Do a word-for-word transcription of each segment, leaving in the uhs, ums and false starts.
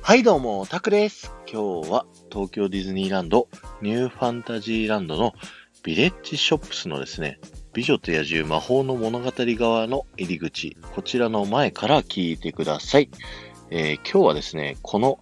はいどうも、タクです。今日は東京ディズニーランドニューファンタジーランドのビレッジショップスのですね、美女と野獣魔法の物語側の入り口、こちらの前から聞いてください。えー、今日はですね、この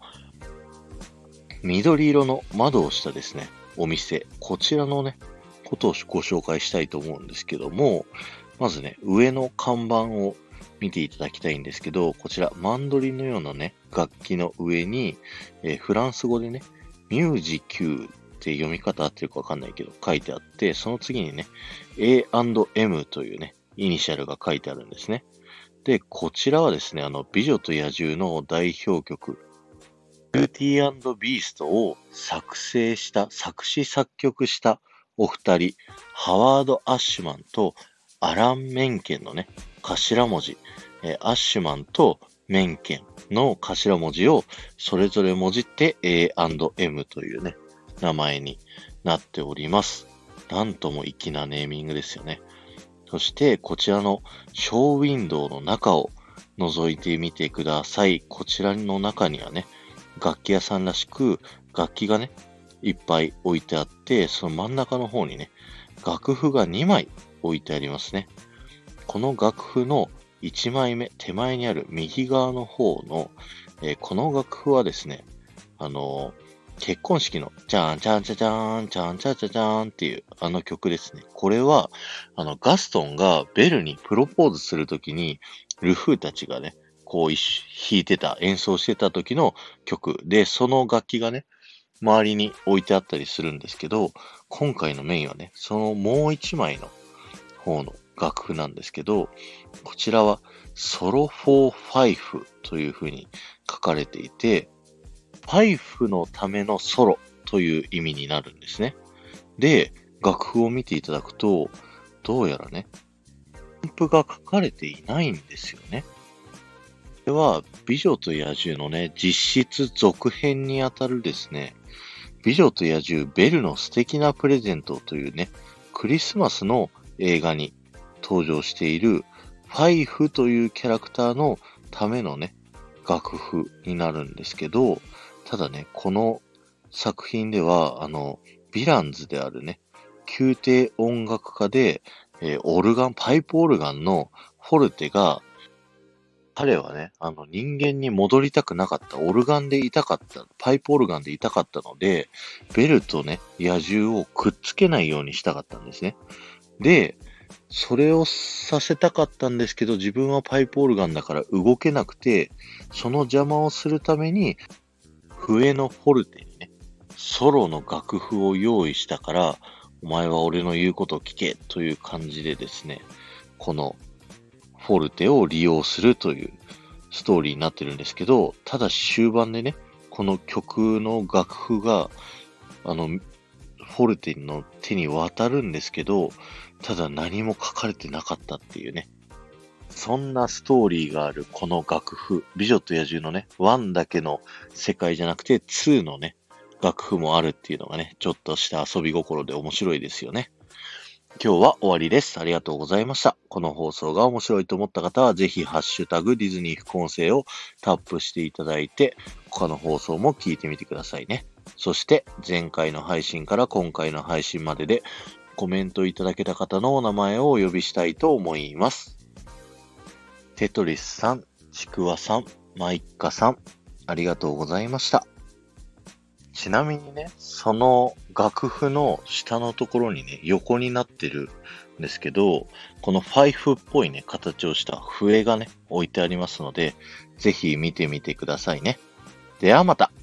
緑色の窓をしたですね、お店、こちらのね、ことをご紹介したいと思うんですけども、まずね、上の看板を見ていただきたいんですけど、こちら、マンドリンのようなね、楽器の上に、えーフランス語でね、ミュージキューって読み方合ってるかわかんないけど、書いてあって、その次にね、エーアンドエム というね、イニシャルが書いてあるんですね。で、こちらはですね、あの、美女と野獣の代表曲、ビューティー&ビーストを作成した、作詞作曲したお二人、ハワード・アッシュマンとアラン・メンケンのね、頭文字、えーアッシュマンとメンケンの頭文字をそれぞれもじって エーアンドエム というね、名前になっております。なんとも粋なネーミングですよね。そしてこちらのショーウィンドウの中を覗いてみてください。こちらの中にはね、楽器屋さんらしく楽器がね、いっぱい置いてあって、その真ん中の方にね、楽譜がにまい置いてありますね。この楽譜のいちまいめ、手前にある右側の方の、えーこの楽譜はですね、あのー結婚式の、じゃんじゃんじゃじゃーん、じゃんじゃじゃじゃーんっていうあの曲ですね。これは、あの、ガストンがベルにプロポーズするときに、ルフーたちがね、こう一緒弾いてた、演奏してた時の曲で、その楽器がね、周りに置いてあったりするんですけど、今回のメインはね、そのもう一枚の方の楽譜なんですけど、こちらはソロフォーファイフという風に書かれていて、ファイフのためのソロという意味になるんですね。で、楽譜を見ていただくと、どうやらね、音符が書かれていないんですよね。これは、美女と野獣のね、実質続編にあたるですね、美女と野獣ベルの素敵なプレゼントというね、クリスマスの映画に登場しているファイフというキャラクターのためのね、楽譜になるんですけど、ただね、この作品では、あの、ヴィランズであるね、宮廷音楽家で、えーオルガン、パイプオルガンのフォルテが、彼はね、あの人間に戻りたくなかった、オルガンでいたかった、パイプオルガンでいたかったので、ベルとね、野獣をくっつけないようにしたかったんですね。で、それをさせたかったんですけど、自分はパイプオルガンだから動けなくて、その邪魔をするために、笛のフォルテにね、ソロの楽譜を用意したから、お前は俺の言うことを聞けという感じでですね、このフォルテを利用するというストーリーになってるんですけど、ただ終盤でね、この曲の楽譜が、あの、フォルテの手に渡るんですけど、ただ何も書かれてなかったっていうね。そんなストーリーがあるこの楽譜、美女と野獣のね、ワンだけの世界じゃなくてツーのね、楽譜もあるっていうのがね、ちょっとした遊び心で面白いですよね。今日は終わりです。ありがとうございました。この放送が面白いと思った方は、ぜひハッシュタグディズニー副音声をタップしていただいて、他の放送も聞いてみてくださいね。そして、前回の配信から今回の配信までで、コメントいただけた方のお名前をお呼びしたいと思います。テトリスさん、ちくわさん、マイッカさん、ありがとうございました。ちなみにね、その楽譜の下のところにね、横になってるんですけど、このファイフっぽいね、形をした笛がね、置いてありますので、ぜひ見てみてくださいね。ではまた。